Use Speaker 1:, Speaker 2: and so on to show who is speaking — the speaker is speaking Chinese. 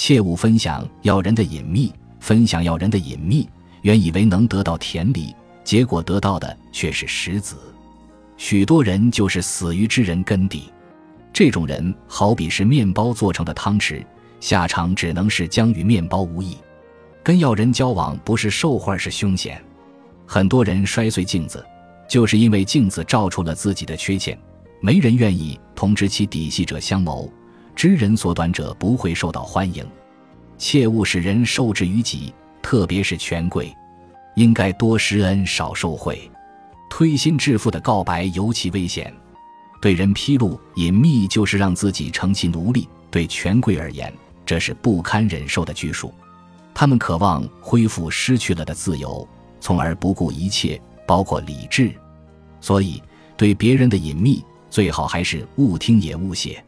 Speaker 1: 切勿分享要人的隐秘，分享要人的隐秘，原以为能得到田礼，结果得到的却是石子。许多人就是死于知人根底。这种人好比是面包做成的汤匙，下场只能是将与面包无异。跟要人交往不是受惠是凶险。很多人摔碎镜子，就是因为镜子照出了自己的缺陷，没人愿意同知其底细者相谋，知人所短者不会受到欢迎。切勿使人受制于己，特别是权贵，应该多施恩少受贿。推心置腹的告白尤其危险。对人披露隐秘就是让自己成其奴隶，对权贵而言，这是不堪忍受的拘束。他们渴望恢复失去了的自由，从而不顾一切，包括理智。所以对别人的隐秘，最好还是勿听也勿写。